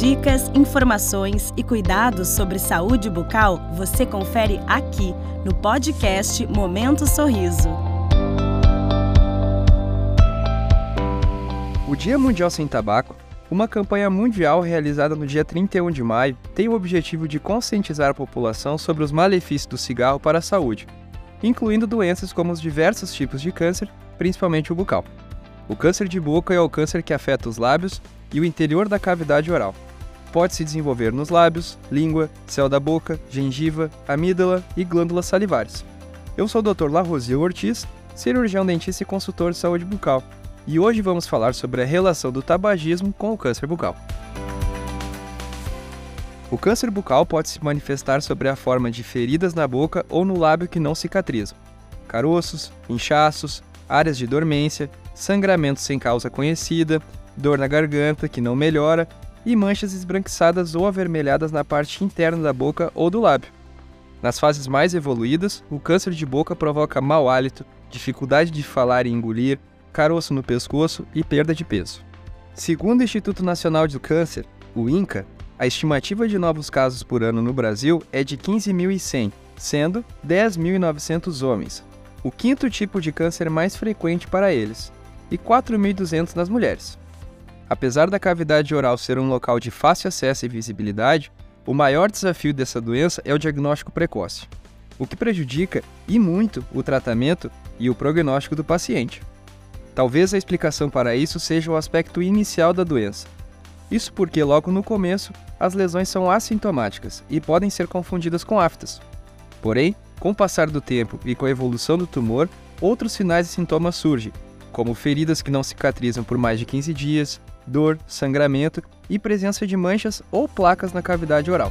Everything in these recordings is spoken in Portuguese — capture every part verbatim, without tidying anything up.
Dicas, informações e cuidados sobre saúde bucal você confere aqui no podcast Momento Sorriso. O Dia Mundial Sem Tabaco, uma campanha mundial realizada no dia trinta e um de maio, tem o objetivo de conscientizar a população sobre os malefícios do cigarro para a saúde, incluindo doenças como os diversos tipos de câncer, principalmente o bucal. O câncer de boca é o câncer que afeta os lábios e o interior da cavidade oral. Pode se desenvolver nos lábios, língua, céu da boca, gengiva, amígdala e glândulas salivares. Eu sou o doutor Larosiel Ortiz, cirurgião dentista e consultor de saúde bucal, e hoje vamos falar sobre a relação do tabagismo com o câncer bucal. O câncer bucal pode se manifestar sob a forma de feridas na boca ou no lábio que não cicatrizam, caroços, inchaços, áreas de dormência, sangramento sem causa conhecida, dor na garganta que não melhora e manchas esbranquiçadas ou avermelhadas na parte interna da boca ou do lábio. Nas fases mais evoluídas, o câncer de boca provoca mau hálito, dificuldade de falar e engolir, caroço no pescoço e perda de peso. Segundo o Instituto Nacional do Câncer, o INCA, a estimativa de novos casos por ano no Brasil é de quinze mil e cem, sendo dez mil e novecentos homens, o quinto tipo de câncer mais frequente para eles, e quatro mil e duzentos nas mulheres. Apesar da cavidade oral ser um local de fácil acesso e visibilidade, o maior desafio dessa doença é o diagnóstico precoce, o que prejudica, e muito, o tratamento e o prognóstico do paciente. Talvez a explicação para isso seja o aspecto inicial da doença. Isso porque logo no começo, as lesões são assintomáticas e podem ser confundidas com aftas. Porém, com o passar do tempo e com a evolução do tumor, outros sinais e sintomas surgem, como feridas que não cicatrizam por mais de quinze dias, dor, sangramento e presença de manchas ou placas na cavidade oral.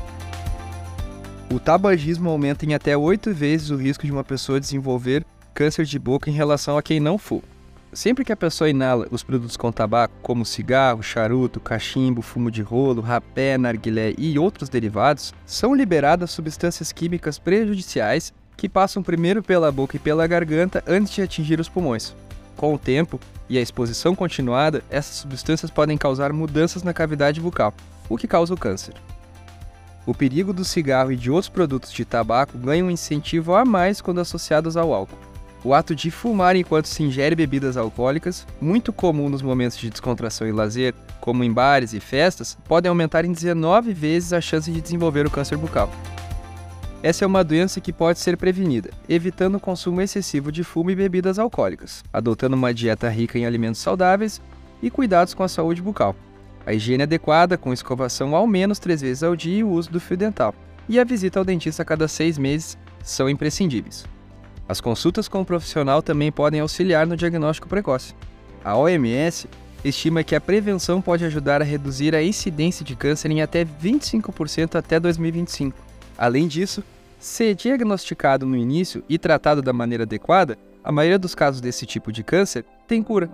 O tabagismo aumenta em até oito vezes o risco de uma pessoa desenvolver câncer de boca em relação a quem não fuma. Sempre que a pessoa inala os produtos com tabaco, como cigarro, charuto, cachimbo, fumo de rolo, rapé, narguilé e outros derivados, são liberadas substâncias químicas prejudiciais que passam primeiro pela boca e pela garganta antes de atingir os pulmões. Com o tempo e a exposição continuada, essas substâncias podem causar mudanças na cavidade bucal, o que causa o câncer. O perigo do cigarro e de outros produtos de tabaco ganha um incentivo a mais quando associados ao álcool. O ato de fumar enquanto se ingere bebidas alcoólicas, muito comum nos momentos de descontração e lazer, como em bares e festas, pode aumentar em dezenove vezes a chance de desenvolver o câncer bucal. Essa é uma doença que pode ser prevenida, evitando o consumo excessivo de fumo e bebidas alcoólicas, adotando uma dieta rica em alimentos saudáveis e cuidados com a saúde bucal. A higiene adequada, com escovação ao menos três vezes ao dia e o uso do fio dental, e a visita ao dentista a cada seis meses são imprescindíveis. As consultas com o profissional também podem auxiliar no diagnóstico precoce. A O M S estima que a prevenção pode ajudar a reduzir a incidência de câncer em até vinte e cinco por cento até dois mil e vinte e cinco. Além disso, se diagnosticado no início e tratado da maneira adequada, a maioria dos casos desse tipo de câncer tem cura.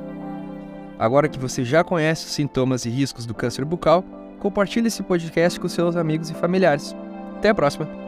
Agora que você já conhece os sintomas e riscos do câncer bucal, compartilhe esse podcast com seus amigos e familiares. Até a próxima!